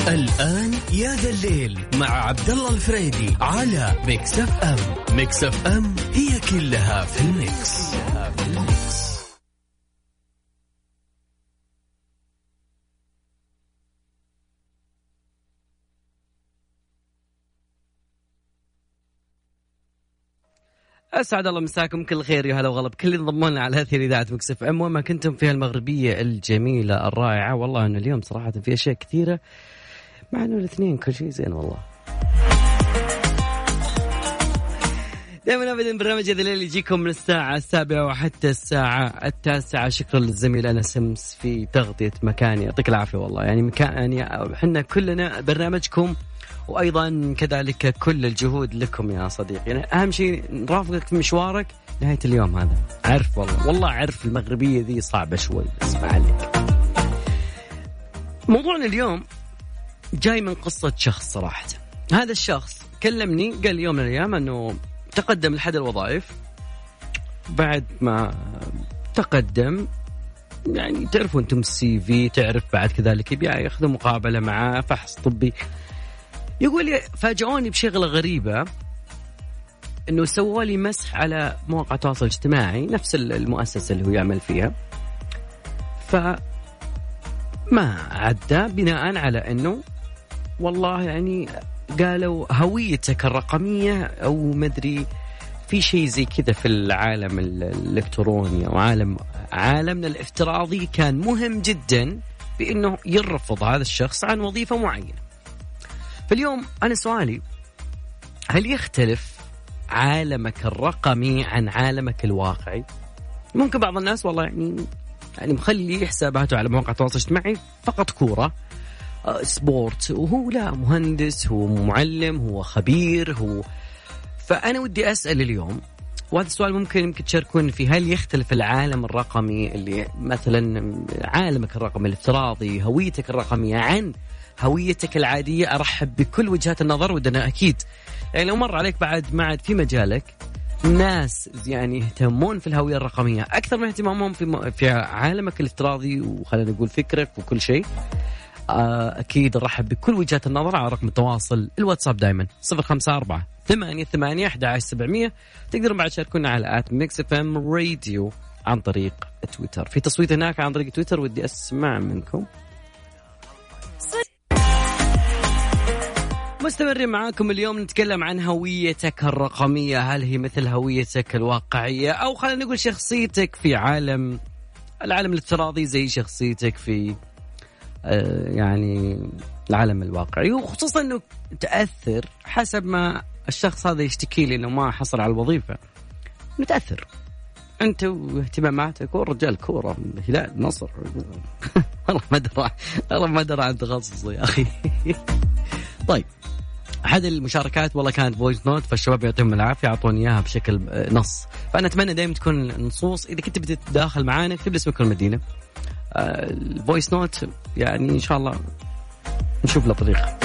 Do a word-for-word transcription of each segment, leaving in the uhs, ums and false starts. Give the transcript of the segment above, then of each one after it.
الآن يا ذا الليل مع عبد الله الفريدي على ميكس اف ام. ميكس اف ام هي كلها في الميكس. أسعد الله مساكم كل خير، يا هلا وغلب كل اللي انضمونا على هذه الإذاعة ميكس اف ام وما كنتم فيها المغربية الجميلة الرائعة. والله أنه اليوم صراحة في أشياء كثيرة، مع أنه الاثنين كل شيء زين والله. دائما أبدا برنامج هذا الليل يجيكم من الساعة السابعة وحتى الساعة التاسعة. شكرا للزميل أنا سمس في تغطية مكاني، يعطيك العافية والله. يعني مكان يعني احنا كلنا برنامجكم، وأيضا كذلك كل الجهود لكم يا صديقي. يعني أهم شيء نرافقك في مشوارك نهاية اليوم هذا. عارف والله والله عارف المغربية ذي صعبة شوي، اسمع عليك. موضوعنا اليوم جاي من قصة شخص صراحة. هذا الشخص كلمني قال يوم من الأيام أنه تقدم لحد الوظائف. بعد ما تقدم يعني تعرفوا أنتم السي في، تعرف بعد كذلك يبي ياخذوا مقابلة معاه، فحص طبي. يقول لي فاجئوني بشغلة غريبة، أنه سووا لي مسح على مواقع التواصل الاجتماعي نفس المؤسسة اللي هو يعمل فيها، فما عدى بناء على أنه والله يعني قالوا هويتك الرقمية أو مدري في شيء زي كذا في العالم الإلكتروني أو عالم عالمنا الافتراضي، كان مهم جدا بأنه يرفض هذا الشخص عن وظيفة معينة. فاليوم أنا سؤالي، هل يختلف عالمك الرقمي عن عالمك الواقعي؟ ممكن بعض الناس والله يعني يعني مخلي حساباته على مواقع التواصل الاجتماعي فقط كورة سبورت، وهو لا مهندس، هو معلم، هو خبير، هو. فأنا ودي أسأل اليوم، وهذا السؤال ممكن يمكن تشاركون فيه، هل يختلف العالم الرقمي اللي مثلا عالمك الرقمي الافتراضي هويتك الرقمية عن هويتك العادية؟ أرحب بكل وجهات النظر، ودنا أكيد يعني لو مر عليك بعد معد في مجالك ناس يعني يهتمون في الهوية الرقمية أكثر من اهتمامهم في في عالمك الافتراضي، وخلينا نقول فكرك وكل شيء. أكيد أرحب بكل وجهات النظر على رقم التواصل الواتساب دائما صفر خمسة أربعة ثمانية ثمانية أحد عشر سبعمية. تقدرون بعد تشاركونا على آت ميكس اف ام راديو عن طريق تويتر. في تصويت هناك عن طريق تويتر، ودي أسمع منكم. مستمرين معاكم اليوم، نتكلم عن هويتك الرقمية، هل هي مثل هويتك الواقعية، أو خلينا نقول شخصيتك في عالم العالم الافتراضي زي شخصيتك في يعني العالم الواقعي. وخصوصا أنه تأثر حسب ما الشخص هذا يشتكي لي أنه ما حصل على الوظيفة، متأثر أنت واهتماماتك. والرجال كورة، هلال، نصر والله ما درى والله ما درى عن تخصصه يا أخي. طيب، أحد المشاركات والله كانت فويس نوت، فالشباب يعطيهم العافية أعطوني إياها بشكل نص. فأنا أتمنى دائما تكون النصوص، إذا كنت بتتداخل معانا اكتب لي اسمك والمدينة. الفويس نوت يعني إن شاء الله نشوف له طريقة.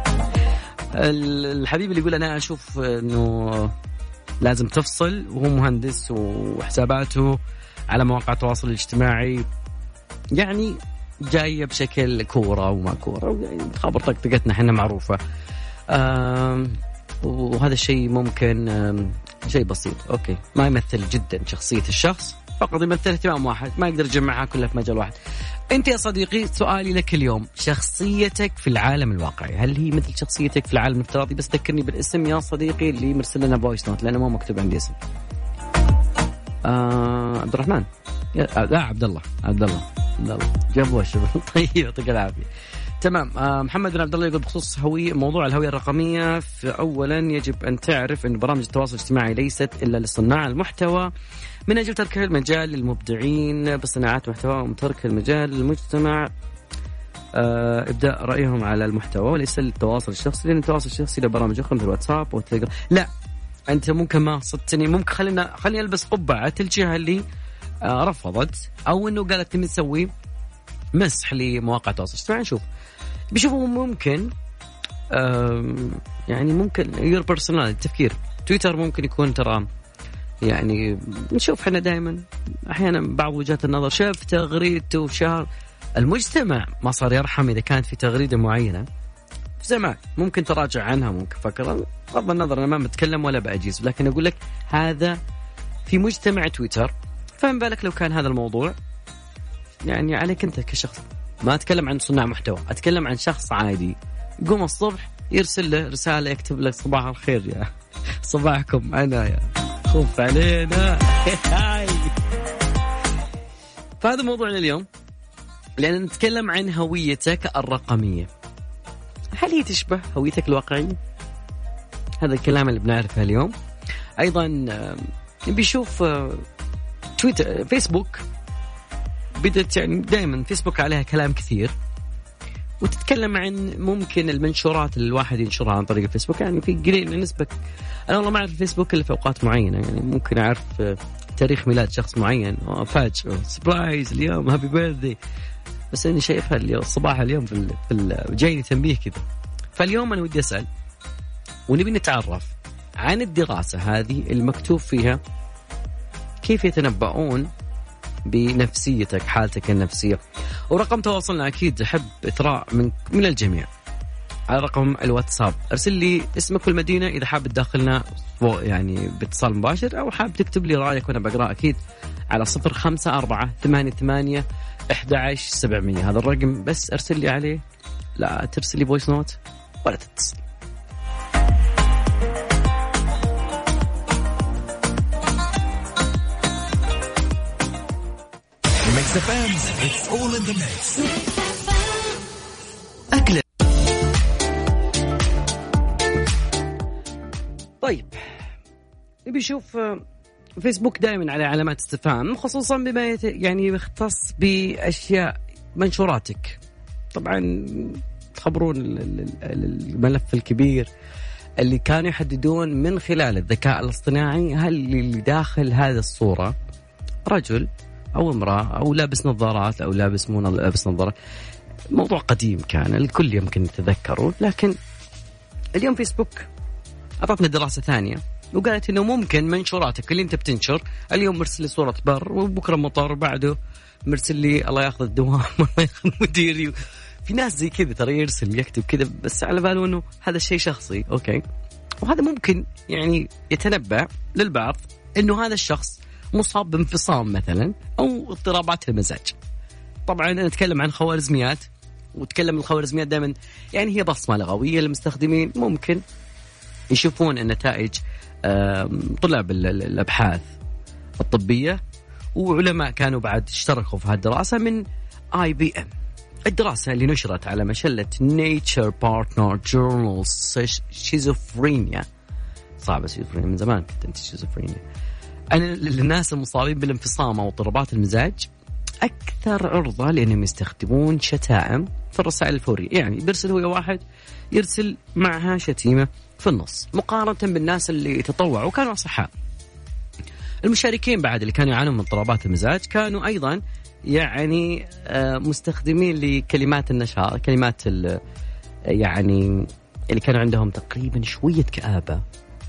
الحبيب اللي يقول أنا أشوف أنه لازم تفصل، وهو مهندس وحساباته على مواقع التواصل الاجتماعي يعني جاية بشكل كورة وما كورة، يعني خبر طقطقتنا احنا معروفة. وهذا الشيء ممكن شيء بسيط، أوكي، ما يمثل جدا شخصية الشخص، فقط يمثل اهتمام واحد، ما يقدر يجمعها كلها في مجال واحد. أنت يا صديقي سؤالي لك اليوم، شخصيتك في العالم الواقعي هل هي مثل شخصيتك في العالم الافتراضي؟ بس ذكرني بالاسم يا صديقي اللي مرسل لنا فويس نوت، لأنه ما مكتوب عندي اسم. آه عبد الرحمن، لا عبد الله عبد الله عبد الله جابوه الشباب. طيب يعطيك العافية. تمام. آه محمد بن عبد الله يقول بخصوص هوية موضوع الهوية الرقمية، أولا يجب أن تعرف أن برامج التواصل الاجتماعي ليست إلا لصناع المحتوى، من أجل ترك المجال للمبدعين بصناعات محتوى وترك المجال للمجتمع آه إبداء رأيهم على المحتوى، وليس للتواصل الشخصي، لأن التواصل الشخصي له برامج أخرى مثل الواتساب والتليجرام. لا أنت ممكن ما صدتني، ممكن خلينا خلينا ألبس قبعة الجهة اللي آه رفضت، أو إنه قالت تبي تسوي مسح لمواقع التواصل الاجتماعي. نشوف بيشوفوا ممكن يعني ممكن يور بيرسونال التفكير. تويتر ممكن يكون ترى يعني نشوف احنا دائما احيانا بعض وجهات النظر، شاف تغريدته في شهر المجتمع ما صار يرحم اذا كانت في تغريده معينه زمان ممكن تراجع عنها ممكن فكرة بغض النظر أنا ما بتكلم ولا بأجيز، لكن أقول لك هذا في مجتمع تويتر، فما بالك لو كان هذا الموضوع يعني عليك أنت كشخص. ما أتكلم عن صناع محتوى، أتكلم عن شخص عادي يقوم الصبح يرسل له رسالة يكتب لك صباح الخير يا صباحكم أنا يا خوف علينا. فهذا موضوعنا اليوم، لأن نتكلم عن هويتك الرقمية. هل هي تشبه هويتك الواقعية؟ هذا الكلام اللي بنعرفه اليوم. أيضا بيشوف تويتر فيسبوك بدأت يعني دائما فيسبوك عليها كلام كثير، وتتكلم عن ممكن المنشورات اللي الواحد ينشرها عن طريق الفيسبوك. يعني في قليل نسبة، أنا والله ما أعرف الفيسبوك إلا في أوقات معينة، يعني ممكن أعرف تاريخ ميلاد شخص معين فاجئ سبرايز اليوم هابي بيرثدي، بس أنا شايفها اليوم صباح اليوم في في جايني تنبيه كذا. فاليوم أنا ودي أسأل ونبي نتعرف عن الدراسة هذه المكتوب فيها كيف يتنبؤون بنفسيتك، حالتك النفسية. ورقم تواصلنا أكيد أحب إثراء من من الجميع على رقم الواتساب. أرسل لي اسمك والمدينة إذا حاب تداخلنا يعني باتصال مباشر، أو حاب تكتب لي رأيك وأنا بقرأ أكيد على صفر خمسة أربعة ثمانية ثمانية أحد عشر سبعمية. هذا الرقم بس أرسل لي عليه، لا ترسل لي فويس نوت ولا تتصل. It's all in the mix. أكل. طيب نبي نشوف فيسبوك دائما على علامات استفهام، خصوصا بما يعني يختص بأشياء منشوراتك. طبعا تخبرون الملف الكبير اللي كانوا يحددون من خلال الذكاء الاصطناعي هل اللي داخل هذه الصورة رجل أو امرأة أو لابس نظارات أو لابس مو لابس نظارات. موضوع قديم كان الكل يمكن يتذكره، لكن اليوم فيسبوك أعطتنا دراسة ثانية وقالت إنه ممكن منشوراتك اللي أنت بتنشر اليوم مرسل لي صورة بر، وبكرة مطر، بعده مرسل لي الله يأخذ الدوام الله يأخذ مديري. في ناس زي كذا ترى يرسل يكتب كذا بس على باله إنه هذا الشيء شخصي، أوكي، وهذا ممكن يعني يتنبأ للبعض إنه هذا الشخص مصاب بانفصام مثلا أو اضطرابات المزاج. طبعا أنا أتكلم عن خوارزميات، وتكلم الخوارزميات دائما يعني هي بصمة لغوية للمستخدمين، ممكن يشوفون النتائج طلاب الأبحاث الطبية، وعلماء كانوا بعد اشتركوا في هالدراسة من آي بي إم. الدراسة اللي نشرت على مجلة Nature Partner Journals شيزوفرينيا، صعبة شيزوفرينيا من زمان كنت أنت شيزوفرينيا. أنا للناس المصابين بالانفصام أو اضطرابات المزاج أكثر عرضة لأنهم يستخدمون شتائم في الرسائل الفورية، يعني بيرسل هو واحد يرسل معها شتيمة في النص مقارنة بالناس اللي تطوعوا وكانوا أصحاء. المشاركين بعد اللي كانوا يعانون من اضطرابات المزاج كانوا أيضا يعني مستخدمين لكلمات النشاط، كلمات يعني اللي كانوا عندهم تقريبا شوية كآبة،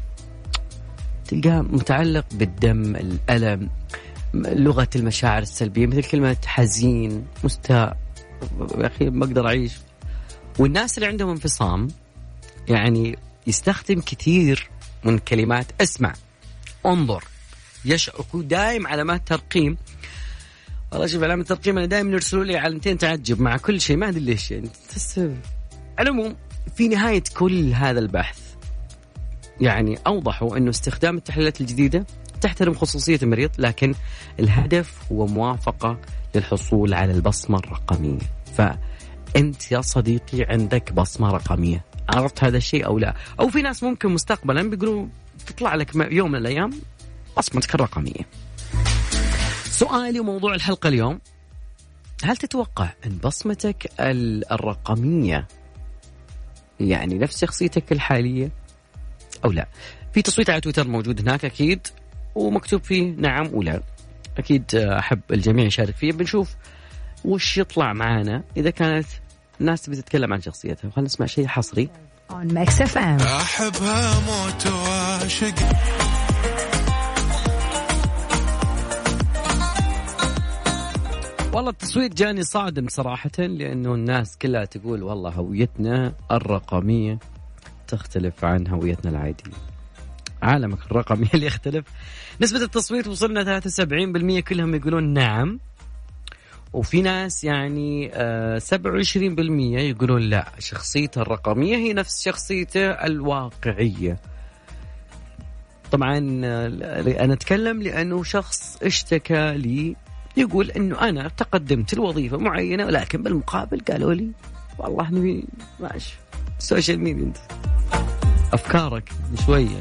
تلقاه متعلق بالدم، الألم، لغة المشاعر السلبية مثل كلمة حزين، مستاء، يا أخي ما أقدر أعيش. والناس اللي عندهم انفصام يعني يستخدم كثير من كلمات اسمع، انظر، يشعر، دائم علامات ترقيم. والله شوف علامة ترقيم أنا دائما يرسلوا لي علامتين تعجب مع كل شيء، ما أدري ليش يعني. على العموم في نهاية كل هذا البحث يعني أوضحوا أنه استخدام التحليلات الجديدة تحترم خصوصية المريض، لكن الهدف هو موافقة للحصول على البصمة الرقمية. فأنت يا صديقي عندك بصمة رقمية، عرفت هذا الشيء أو لا؟ أو في ناس ممكن مستقبلا بيقولوا تطلع لك يوم من الأيام بصمتك الرقمية. سؤالي وموضوع الحلقة اليوم، هل تتوقع أن بصمتك الرقمية يعني نفس شخصيتك الحالية أو لا؟ في تصويت على تويتر موجود هناك أكيد ومكتوب فيه نعم ولا. أكيد أحب الجميع يشارك فيه، بنشوف وش يطلع معانا إذا كانت الناس بتتكلم عن شخصيتها. خلينا نسمع شيء حصري on ميكس إف إم. أحبها موت وعاشق والله التصويت جاني صادم صراحة، لأنه الناس كلها تقول والله هويتنا الرقمية تختلف عن هويتنا العادية. عالمك الرقمي اللي يختلف. نسبة التصويت وصلنا ثلاثة وسبعين بالمئة، كلهم يقولون نعم، وفي ناس يعني سبعة وعشرين بالمئة يقولون لا، شخصيته الرقمية هي نفس شخصيته الواقعية. طبعا أنا أتكلم لأنه شخص اشتكى لي يقول أنه أنا تقدمت الوظيفة معينة، ولكن بالمقابل قالوا لي والله نبي ماشي السوشيال ميديا انت أفكارك شوية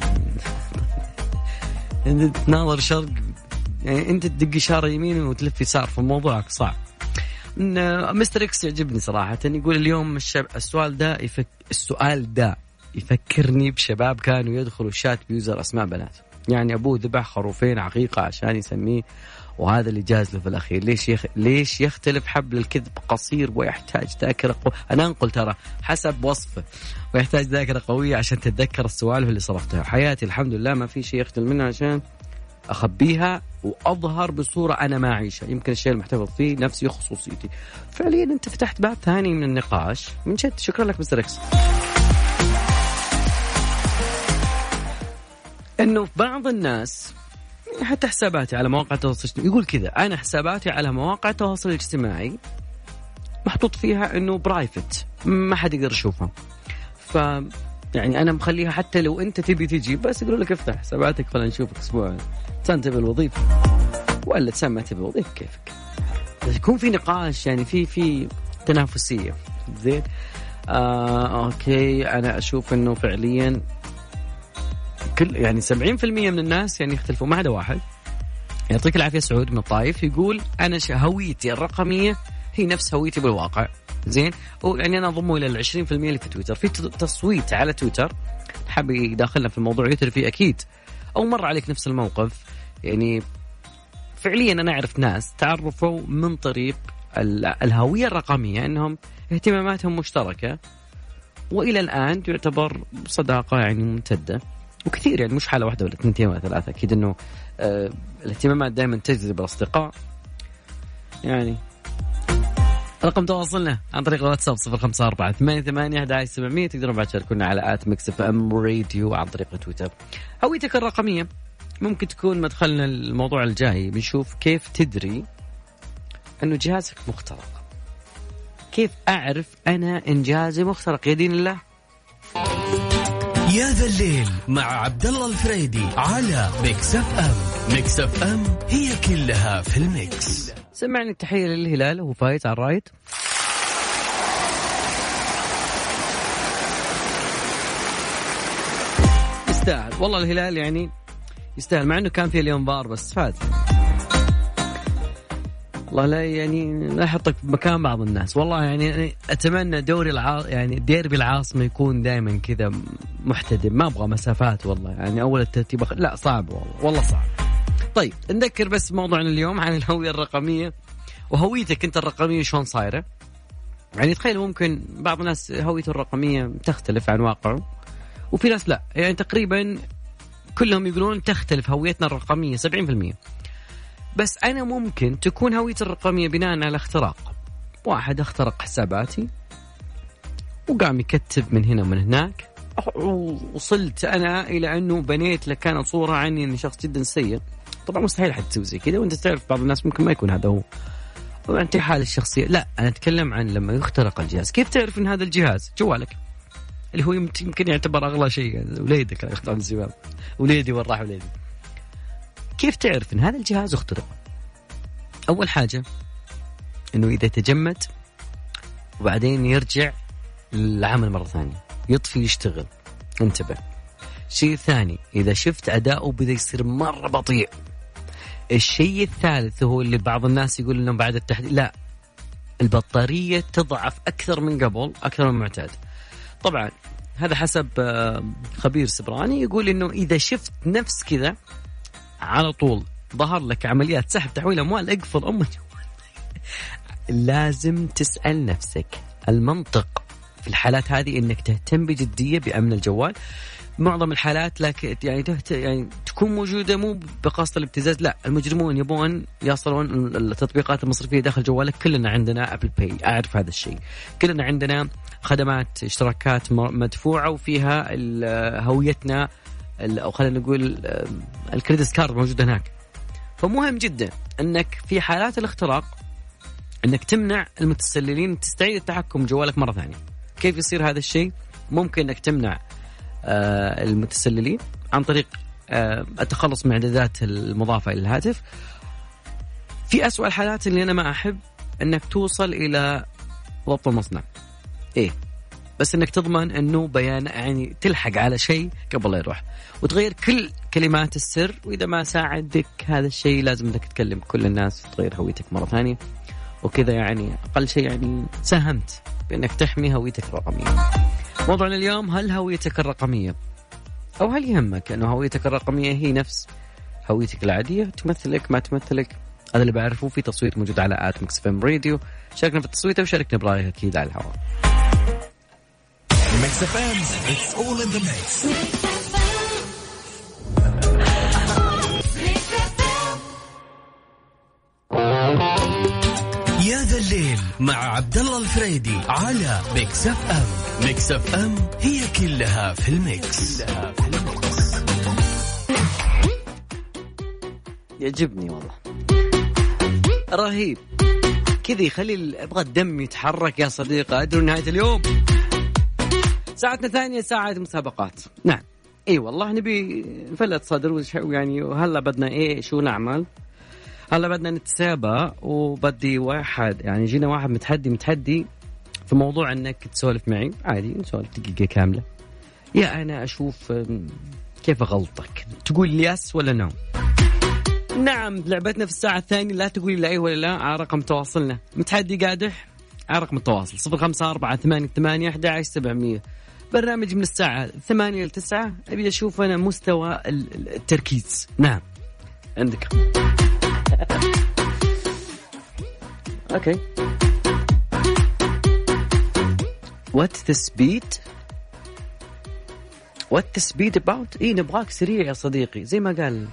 يعني انت تناظر شرق، يعني انت تدق إشارة يمين وتلف يسار، في موضوعك صعب. مستر إكس يعجبني صراحة، يقول اليوم الشب... السؤال ده يفك... السؤال ده يفكرني بشباب كانوا يدخلوا الشات بيوزر أسماء بنات، يعني أبوه ذبح خروفين عقيقة عشان يسميه، وهذا اللي جاز له في الأخير. ليش يخ... ليش يختلف؟ حبل الكذب قصير ويحتاج ذاكرة قو... أنا أنقل ترى حسب وصفه، ويحتاج ذاكرة قوية عشان تتذكر السوالف اللي صرفتها. حياتي الحمد لله ما في شيء يختل منها عشان أخبيها وأظهر بصورة أنا ما أعيشها. يمكن الشيء المحتفظ فيه نفسي وخصوصيتي. فعليا أنت فتحت باب ثاني من النقاش من جد. شكرا لك مستر إكس. إنه في بعض الناس حتى حساباتي على مواقع التواصل الاجتماعي يقول كذا، أنا حساباتي على مواقع التواصل الاجتماعي محطوط فيها إنه برايفت، ما حد يقدر يشوفها. ف يعني أنا مخليها حتى لو أنت تبي تجي بس يقولوا لك افتح حساباتك فلا نشوفك أسبوع، تنتبه الوظيفة ولا تسمى تبي الوظيفة كيفك. يكون في نقاش، يعني في في تنافسية زين. آه أوكي، أنا أشوف إنه فعليا كل يعني سبعين بالمئة من الناس يعني يختلفوا، ما عدا واحد يعطيك العافية سعود من الطائف يقول أنا هويتي الرقمية هي نفس هويتي بالواقع. زين، يعني أنا أضمه إلى العشرين في المئة اللي في تويتر. في تصويت على تويتر حاب يداخلنا في الموضوع يتر فيه أكيد، أو مر عليك نفس الموقف. يعني فعليا أنا أعرف ناس تعرفوا من طريق الهوية الرقمية أنهم اهتماماتهم مشتركة، وإلى الآن يعتبر صداقة يعني ممتدة. وكثير يعني مش حالة واحدة ولا اثنتين ولا ثلاثة، أكيد أنه آه الاهتمامات دائما تجذب الأصدقاء. يعني رقم تواصلنا عن طريق الواتساب صفر خمسة أربعة ثمانية ثمانية أحد عشر سبعمية. تقدرون بعد تشاركونا على آت ميكس إف إم راديو عن طريق تويتر. هويتك الرقمية ممكن تكون مدخلنا الموضوع الجاي، بنشوف كيف تدري أنه جهازك مخترق. كيف أعرف أنا إن جهازي مخترق؟ يا دين الله. يا ذا الليل مع عبد الله الفريدي على ميكس إف إم. ميكس إف إم هي كلها في الميكس. سمعني التحية للهلال وهو فايت على الرايت. يستاهل والله الهلال، يعني يستاهل، مع انه كان في اليوم بار بس فاز. والله لا يعني لا يحطك بمكان بعض الناس. والله يعني اتمنى دوري الع... يعني ديربي العاصمة يكون دائما كذا محتدم، ما ابغى مسافات والله. يعني اول الترتيب أخ... لا صعب والله, والله صعب. طيب نذكر بس موضوعنا اليوم عن الهوية الرقمية وهويتك انت الرقمية شلون صايرة. يعني تخيل ممكن بعض الناس هويته الرقمية تختلف عن واقعه، وفي ناس لا. يعني تقريبا كلهم يقولون تختلف هويتنا الرقمية سبعين بالمئة. بس أنا ممكن تكون هويتي الرقمية بناء على اختراق. واحد اخترق حساباتي وقام يكتب من هنا ومن هناك، وصلت أنا إلى أنه بنيت لك كانت صورة عني أني شخص جدا سيء. طبعا مستحيل حد تسوي زي كذا، وأنت تعرف بعض الناس ممكن ما يكون هذا هو وأنت حال الشخصية. لا، أنا أتكلم عن لما يخترق الجهاز. كيف تعرف أن هذا الجهاز جوالك اللي هو يمكن يعتبر أغلى شيء؟ وليدك لا يختار الزباب، وليدي وين راح وليدي. كيف تعرف أن هذا الجهاز اخترق؟ أول حاجة أنه إذا تجمد وبعدين يرجع للعمل مرة ثانية، يطفي يشتغل، انتبه. شيء ثاني، إذا شفت أداؤه بدأ يصير مرة بطيء. الشيء الثالث هو اللي بعض الناس يقول إنه بعد التحديث لا، البطارية تضعف أكثر من قبل، أكثر من معتاد. طبعا هذا حسب خبير سبراني يقول إنه إذا شفت نفس كذا على طول ظهر لك عمليات سحب تحويل أموال، اقفل أمك. لازم تسأل نفسك المنطق في الحالات هذه انك تهتم بجديه بامن الجوال. معظم الحالات لك يعني تهت يعني تكون موجوده مو بقصد الابتزاز، لا، المجرمون يبون يصلون التطبيقات المصرفيه داخل جوالك. كلنا عندنا ابل باي، اعرف هذا الشيء. كلنا عندنا خدمات اشتراكات مدفوعه وفيها هويتنا او خلينا نقول الكريدت كارد موجود هناك. فمهم جدا انك في حالات الاختراق انك تمنع المتسللين، تستعيد التحكم جوالك مره ثانيه. كيف يصير هذا الشيء؟ ممكن انك تمنع آه المتسللين عن طريق آه التخلص من الاعدادات المضافه الى الهاتف. في أسوأ الحالات اللي انا ما احب انك توصل الى ضبط المصنع، ايه، بس انك تضمن انه بيان يعني تلحق على شيء قبل لا يروح، وتغير كل كلمات السر. واذا ما ساعدك هذا الشيء لازم انك تكلم كل الناس تغير هويتك مره ثانيه، وكذا يعني اقل شيء يعني ساهمت بانك تحمي هويتك الرقميه. موضوعنا اليوم: هل هويتك الرقميه او هل يهمك انه هويتك الرقميه هي نفس هويتك العاديه، تمثلك ما تمثلك؟ هذا اللي بعرفه. في تصويت موجود على آت ميكس إف إم راديو، شاركنا في التصويت وشاركنا برايك اكيد على الهواء. ميكس إف إم, it's all in the mix. يا ذا الليل مع عبد الله الفريدي على ميكس إف إم. ميكس إف إم هي كلها في الميكس. يعجبني والله، رهيب كذا، يخلي ابغى الدم يتحرك يا صديقي. ادري نهايه اليوم ساعتنا ثانيه ساعه مسابقات. نعم اي والله نبي نفلت صدر يعني. هلا بدنا ايه شو نعمل؟ هلا بدنا نتسابق، وبدي واحد يعني جينا واحد متحدي متحدي في موضوع انك تسولف معي عادي، نسولف دقيقه كامله. يا انا اشوف كيف اغلطك، تقول لي يس ولا نو. نعم لعبتنا في الساعه الثانيه، لا تقولي لا اي ولا لا. على رقم تواصلنا متحدي قادح على رقم التواصل صفر خمسة أربعة ثمانية ثمانية أحد عشر سبعمية. برنامج من الساعة ثمانية لتسعة. أبي أشوف أنا مستوى التركيز. نعم عندك. أوكي. What's the speed? What's the speed about? إيه نبغاك سريع يا صديقي زي ما قال.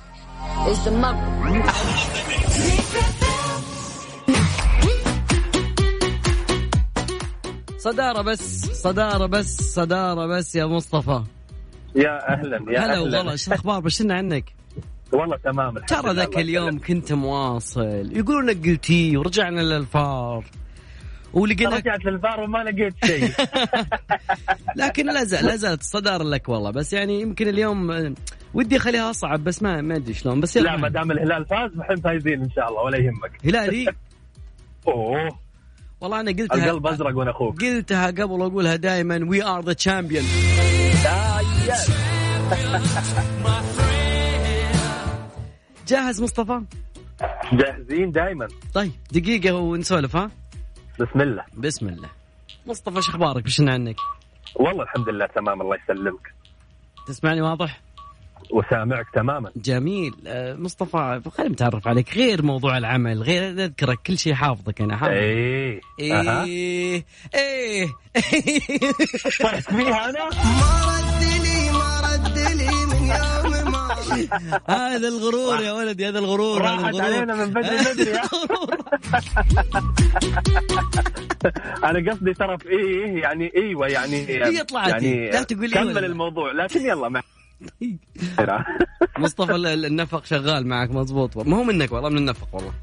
صدارة بس صدارة بس صدارة بس يا مصطفى. يا أهلا يا هلا والله. إيش الأخبار؟ بشرنا عنك. والله تمام. ترى ذاك اليوم كنت مواصل، يقولون لك قلتي ورجعنا للفار ولقينا رجعت للفار وما لقيت شيء. لكن لا زال لا زالت الصدارة لك والله. بس يعني يمكن اليوم ودي أخليها أصعب، بس ما ما أدري شلون. بس لا ما دام الهلال فاز نحن فايزين إن شاء الله ولا يهمك. هلالي. أوه والله أنا قلتها القلب أزرق وأنا أخوك. قلتها قبل وأقولها دائما we are the champion. جاهز مصطفى؟ جاهزين دائما. طيب دقيقة ونسولف. ها بسم الله. بسم الله. مصطفى شو أخبارك؟ بشنا عنك؟ والله الحمد لله تمام الله يسلمك. تسمعني واضح؟ وسامعك تماما. جميل. مصطفى خلينا نتعرف عليك، غير موضوع العمل، غير أذكرك كل شيء حافظك أنا حافظ. إيه إيه إيه إيه طيب فيها أنا ما ردلي ما ردلي من يوم ما هذا الغرور يا ولدي، هذا الغرور. راحت علينا من بدري بدري. أنا قصدي ترى في إيه يعني إيوه يعني هي طلعت يعني لا تقول لي كمل الموضوع لكن يلا مع مصطفى النفق شغال معك مزبوط. ما هو منك والله، من النفق والله.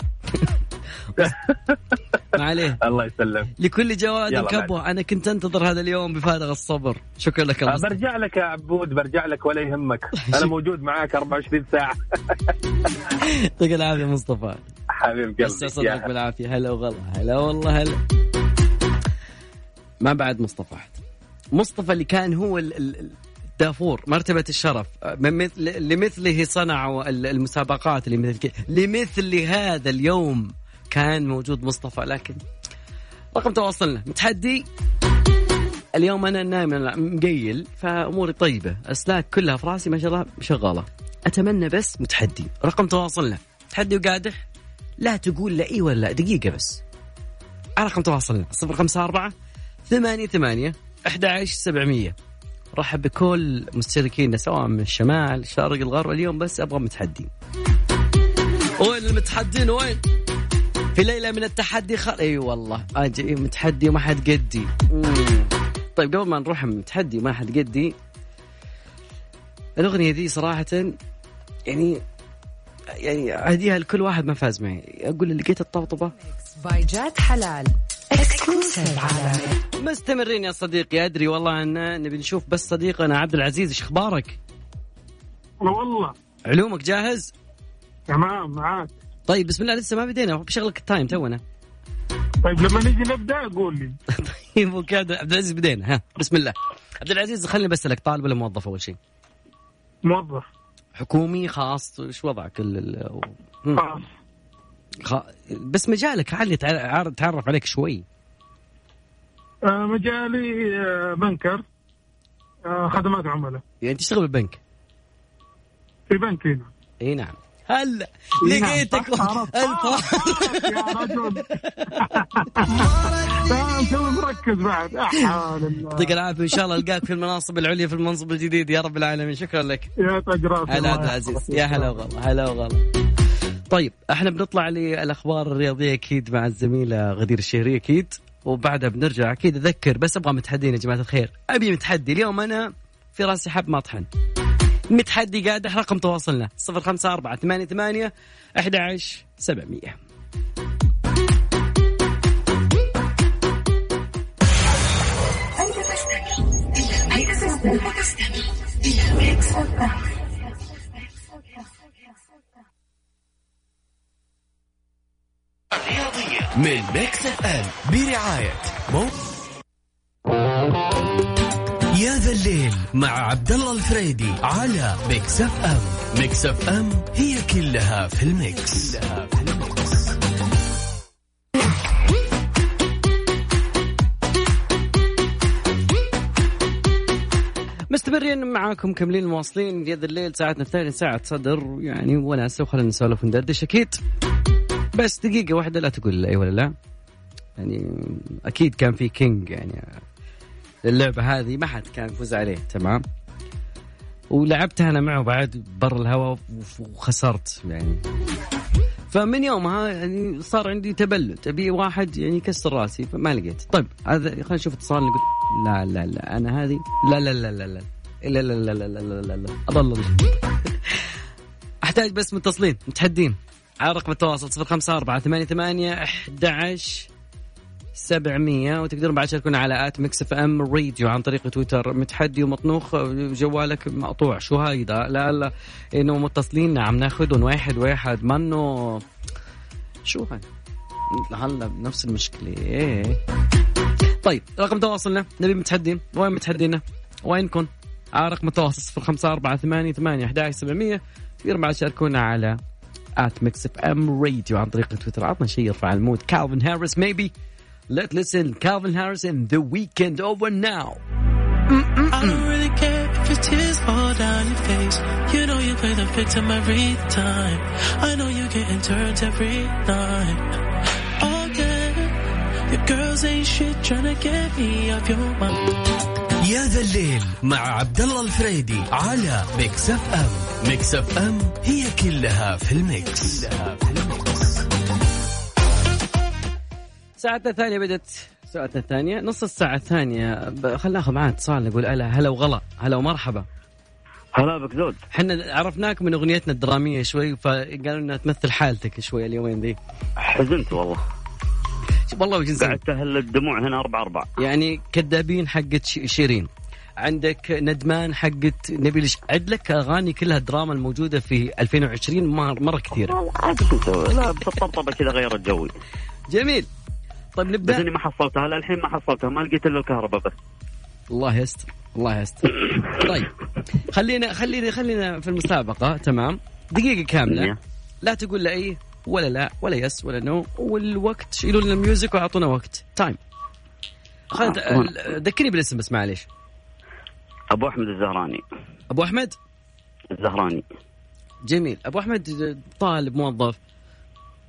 ما عليه. الله يسلم. لكل جواد كبوة. أنا كنت أنتظر هذا اليوم بفارغ الصبر. شكرا لك. أه برجع لك يا عبود، برجع لك ولا يهمك. أنا موجود معاك أربعة وعشرين ساعة. يعطيك العافية مصطفى حبيب قلبي. بس صدقك بالعافية. هلا وغلا. هلا والله هلا. ما بعد مصطفى أحد. مصطفى اللي كان هو ال دافور مرتبة الشرف لمثله صنعوا المسابقات اللي مثل لمثل هذا اليوم كان موجود مصطفى. لكن رقم تواصلنا متحدي اليوم. أنا نايم مقيل فأموري طيبة، أسلاك كلها في راسي ما شاء الله شغالة. أتمنى بس متحدي. رقم تواصلنا متحدي وقادح، لا تقول لا إيه ولا لا، دقيقة بس. على رقم تواصلنا صفر خمسة أربعة ثمانية ثمانية أحد عشر سبعمية. رحب بكل مشتركينا سواء من الشمال الشرق الغرب. اليوم بس أبغى متحدين. وين المتحدين وين؟ في ليلة من التحدي خل... اي أيوة والله اجي متحدي وما حد قدي. مم. طيب قبل ما نروح متحدي وما حد قدي، الأغنية دي صراحة يعني يعني عاديها لكل واحد ما فاز معي. أقول اللي لقيت الطبطبة بايجات حلال اكسكلوسيف على مستمرين يا صديقي. أدري والله أن نبي نشوف بس صديقنا عبد العزيز، إيش أخبارك؟ والله علومك جاهز؟ تمام معاك. طيب بسم الله، لسه ما بدينا بشغلك التايم تونا. طيب لما نيجي نبدأ قول لي. طيب اوكي عبد العزيز بدينا. ها بسم الله. عبد العزيز خليني بسألك، طالب ولا موظف أول شيء؟ موظف. حكومي خاص ايش وضعك؟ ال خاص. خ... بس مجالك عالي تعرف عليك شوي. آه مجالي آه بنكر، آه خدمات عملاء. يعني تشتغل بالبنك؟ في بنك هنا. اي نعم. هل لقيتك الف يا رجل تمام مركز بعد. يعطيك العافيه، ان شاء الله القاك في المناصب العليا في المنصب الجديد يا رب العالمين. شكرا لك يا تجربة. هلا عبد العزيز، يا هلا وغلا هلا وغلا. طيب احنا بنطلع للاخبار الرياضيه اكيد مع الزميله غدير الشهري اكيد، وبعدها بنرجع اكيد. اذكر بس ابغى متحدين يا جماعه الخير، ابي متحدي اليوم. انا في راسي حب ما اطحن. متحدي قاعد. رقم تواصلنا صفر خمسة أربعة ثمانية ثمانية أحد عشر سبعمية. من ميكس اف ام برعاية مو يا ذا الليل مع عبد الله الفريدي على ميكس اف ام. ميكس اف ام هي كلها في الميكس. كلها في الميكس. مستمرين معاكم كملين مواصلين يا ذا الليل. ساعتنا الثانية ساعة صدر يعني وناسة، وخلنا نسولف وندردش أكيد. بس دقيقة واحدة لا تقول أي ولا لا. يعني أكيد كان في كينج يعني اللعبة هذه ما حد كان يفوز عليه تمام، ولعبتها أنا معه بعد بر الهواء وخسرت يعني. فمن يومها يعني صار عندي تبلد، أبي واحد يعني يكسر راسي فما لقيت. طيب هذا خلينا نشوف اتصال. نقول لا لا لا أنا هذه لا لا لا لا لا لا لا لا لا لا لا لا أضل أحتاج بس متصلين متحدين على رقم التواصل صفر خمسة أربعة ثمانية ثمانية أحد عشر سبعمية، وتقدرون بعد تشاركونا على آت ميكس اف ام راديو عن طريق تويتر. متحدي ومطنوخ جوالك مقطوع شو هايدا؟ لا لا إنه متصلين نعم ناخذهم واحد واحد منه شو هاي هلا نفس المشكلة. إيه. طيب رقم تواصلنا نبي متحدين. وين متحدينا؟ وينكم؟ على رقم التواصل صفر خمسة أربعة ثمانية ثمانية أحد عشر سبعمية. تقدرون بعد تشاركونا على آت ميكس اف ام راديو عن طريق تويتر. عطنا شيء يرفع المود. كالفين هاريس maybe. Let's listen Calvin Harris in The Weekend Over Now. Mm-mm-mm. I don't really care if your tears fall down your face. You know you play the victim every time. I know you getting turned every night. Oh yeah, your girls ain't shit trying to get me off your mind. يا ذا الليل مع عبد الله الفريدي على ميكس اف ام. ميكس اف ام هي كلها في الميكس. كلها في الميكس. ساعتنا الثانية بدت. ساعتنا الثانية نص الساعة الثانية خلنا ناخذ معاه اتصال نقول ألا هلا وغلا هلا ومرحبا. هلا بك زود. حنا عرفناك من أغنيتنا الدرامية شوي فقالوا لنا تمثل حالتك شوي اليومين ذي. حزنت والله. والله وجنسي. قاعد تهل الدموع هنا أربعة أربعة. يعني كذابين حقت شيرين، عندك ندمان حقت نبيل. عد لك أغاني كلها دراما الموجودة في ألفين وعشرين مرة كثيرة. لا بتطبطبة كذا غير الجوي. جميل. طيب نبدأ. بس إني ما حصلتها للحين ما حصلتها ما لقيت إلا الكهرباء بس. الله يستر الله يستر. طيب خلينا خلينا خلينا في المسابقة تمام. دقيقة كاملة لا تقول لا أي ولا لا ولا يس ولا نو، والوقت شيلوا لنا الميوزك وأعطونا وقت تايم. خلنا ذكرني بالاسم بس معليش. أبو أحمد الزهراني. أبو أحمد الزهراني. جميل. أبو أحمد طالب موظف؟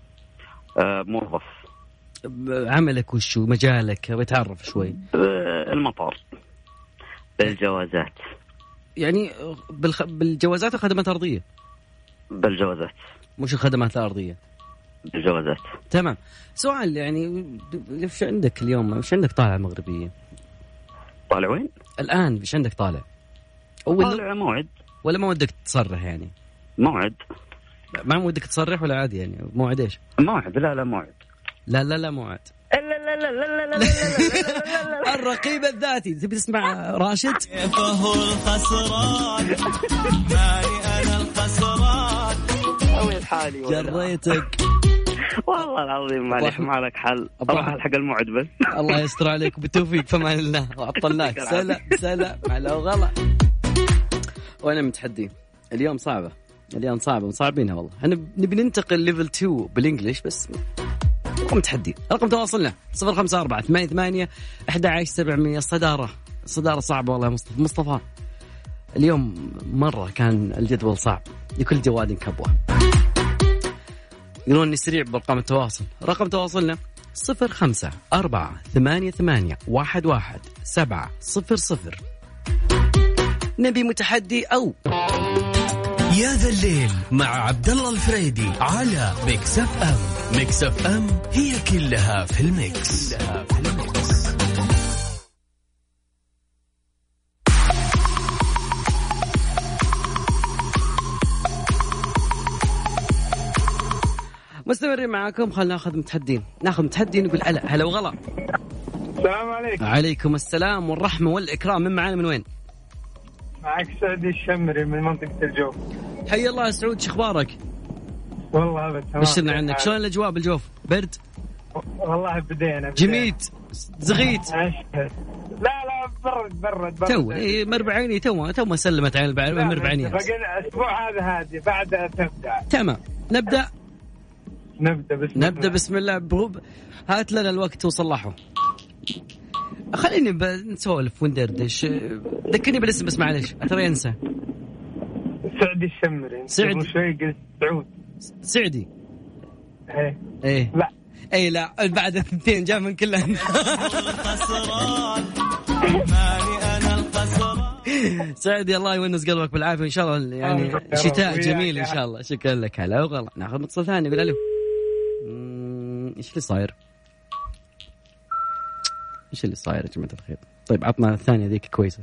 أه موظف. عملك وشو مجالك بتعرف شوي؟ أه المطار بالجوازات. يعني بالخ... بالجوازات وخدمات أرضية؟ بالجوازات مش الخدمات الأرضية. بالجوازات. تمام. سؤال يعني وش عندك اليوم؟ وش عندك طالع مغربية؟ طالع وين؟ الآن وش عندك طالع؟ طالع موعد. ولا ما ودك تصرح يعني؟ موعد. ما ودك تصرح ولا عادي يعني؟ موعد إيش؟ موعد. لا لا موعد. لا لا لا موعد. لا لا لا لا لا لا. الرقيب الذاتي. تبي تسمع راشد؟ فهو الخسران ماني أنا الخسران. أول حالي جريتك والله العظيم. معلش ما لك حل. أروح الحق الموعد بس. الله يستر عليك وبالتوفيق فمان الله. وعطلناك. سلام سلام على غلا. وأنا متحدي اليوم صعبة. اليوم صعبة وصعبينها والله. أنا نبي ننتقل ليفل تو بالإنجليش بس رقم تحدي. رقم تواصلنا صفر خمسة أربعة ثمانية ثمانية أحد عشر سبعمية. الصدارة الصدارة صعبة والله. مصطفى مصطفى اليوم مرة كان الجدول صعب. لكل جواد كبوة. يقولون سريع برقم التواصل. رقم تواصلنا صفر خمسة أربعة ثمانية ثمانية واحد واحد سبعة صفر صفر. نبي متحدي أو يا ذا الليل مع عبد الله الفريدي على ميكس اف ام. ميكس اف ام هي كلها في الميكس. كلها في الميكس. مستمرين معاكم. خلنا ناخذ متحدين. ناخذ متحدي نقول هلا هلا وغلا. السلام عليكم. عليكم السلام والرحمة والإكرام. من معانا من وين؟ معك سعودي الشمري من منطقة الجوف. حي الله سعود. شخبارك؟ والله أبد تمام. بشرنا عنك. شلون الأجواء بالجوف؟ برد؟ والله بدينا, بدينا. جميت زغيت. لا لا برد برد, برد. تو إيه مربعيني تو تو ما سلمت عن المربعيني. بقينا الأسبوع هذا هادي بعد تبدأ. تمام نبدأ. نبدأ بسم نبدأ الله. بسم الله. بروب هات لنا الوقت وصلحه. خليني نسولف وندردش. ذكرني بالاسم بس معلش أترى ينسى. سعدي الشمري. سعدي. شوي قلت سعود. سعدي. ايه ايه لا ايه لا بعد الثنتين جاء من كلها. الخسران ماني أنا الخسران. سعدي الله يونس قلبك بالعافية إن شاء الله. يعني شتاء جميل إن شاء الله. شكرا لك. هلا وغلا. ناخذ اتصال ثاني. يقول ألو. إيش اللي صاير؟ إيش اللي صاير يا جماعة الخير؟ طيب عطنا الثانية ذيك كويسة.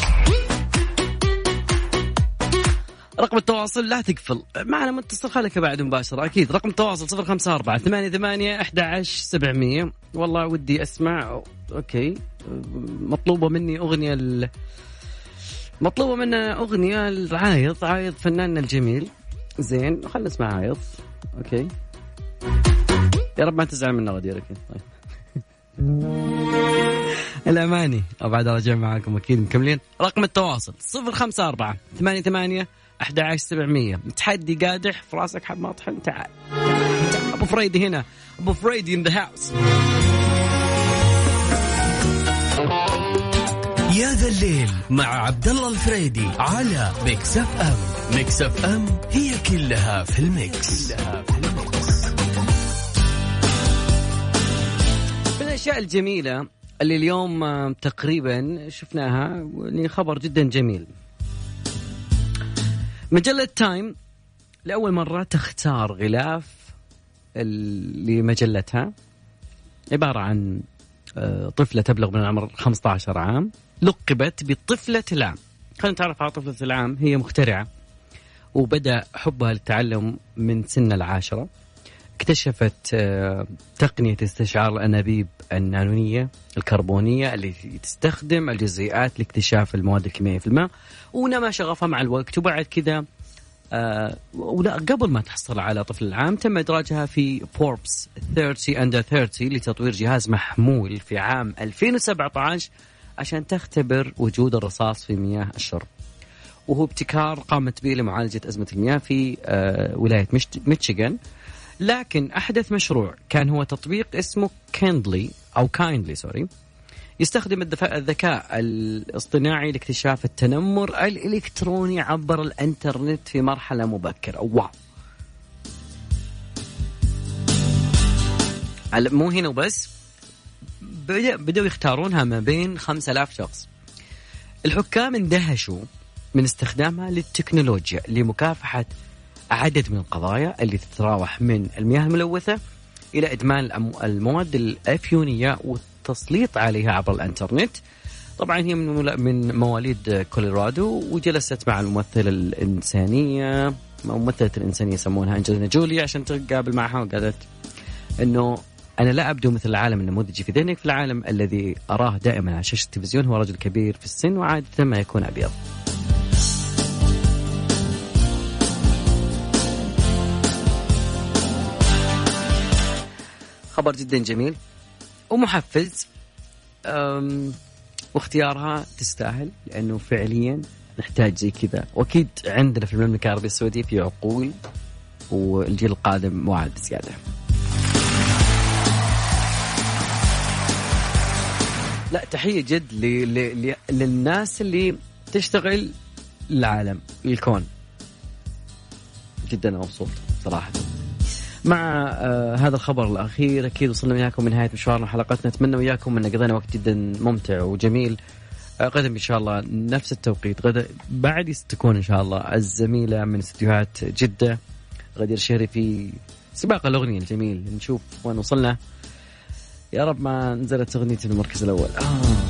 رقم التواصل لا تقفل معنا متصل. خليك بعد مباشرة أكيد. رقم التواصل صفر خمسة أربعة ثمانية ثمانية أحد عشر سبعمية. والله ودي أسمع. أوكي مطلوبة مني أغنية ال... مطلوبة منا أغنية العايض. عايض فناننا الجميل. زين خلنا نسمع عايض. أوكي يا رب ما تزعل منا غديرك. طيب الأماني وبعد رجع معاكم أكيد مكملين. رقم التواصل صفر خمسة أربعة ثمانية ثمانية أحد عشر سبعمية. تحدي قادح في راسك حب ما طحن. تعال أبو فريدي هنا. أبو فريدي in the house. يا ذا الليل مع عبد الله الفريدي على ميكس اف ام. ميكس اف ام هي كلها في الميكس. كلها في الميكس. من الأشياء الجميلة اللي اليوم تقريبا شفناها خبر جدا جميل. مجلة تايم لأول مرة تختار غلاف لمجلتها عبارة عن طفلة تبلغ من العمر خمسة عشر عام لقبت بطفلة العام. خلينا نتعرف على طفلة العام. هي مخترعة وبدأ حبها للتعلم من سن العاشرة. اكتشفت تقنية استشعار الأنابيب النانونية الكربونية اللي تستخدم الجزيئات لاكتشاف المواد الكيميائية في الماء. ونما شغفها مع الوقت. وبعد كذا آه ولا قبل ما تحصل على طفل العام تم إدراجها في فوربس ثلاثين under ثلاثين لتطوير جهاز محمول في عام ألفين وسبعة عشر عشان تختبر وجود الرصاص في مياه الشرب. وهو ابتكار قامت به لمعالجة أزمة المياه في آه ولاية ميشيغان. لكن أحدث مشروع كان هو تطبيق اسمه كاندلي أو كايندلي سوري يستخدم الذكاء الاصطناعي لاكتشاف التنمر الإلكتروني عبر الإنترنت في مرحلة مبكرة. واو. مو هنا وبس بدأوا يختارونها ما بين خمسة آلاف شخص. الحكام اندهشوا من استخدامها للتكنولوجيا لمكافحة عدد من القضايا اللي تتراوح من المياه الملوثة إلى إدمان المواد الأفيونية والتسليط عليها عبر الإنترنت. طبعا هي من من مواليد كولورادو، وجلست مع الممثلة الإنسانية ممثلة الإنسانية يسمونها أنجلينا جولي عشان تقابل معها، وقالت إنه أنا لا أبدو مثل العالم النموذجي في ذهنك، في العالم الذي أراه دائما على شاشة التلفزيون هو رجل كبير في السن وعادة ما يكون أبيض. خبر جدا جميل ومحفز، واختيارها تستاهل لأنه فعليا نحتاج زي كذا، وأكيد عندنا في المملكة العربية السعودية في عقول والجيل القادم واعد زيادة. لا تحية جد ل... ل... للناس اللي تشتغل العالم الكون، جدا مبسوط صراحة مع آه هذا الخبر الأخير. أكيد وصلنا وياكم من نهاية مشوارنا حلقتنا، أتمنى وياكم أن قضينا وقت جدا ممتع وجميل. آه غدا إن شاء الله نفس التوقيت، غدا بعد تكون إن شاء الله الزميلة من استديوهات جدة غدير الشهري في سباق الأغنية الجميل، نشوف وين وصلنا. يا رب ما نزلت أغنيتي في المركز الأول. آه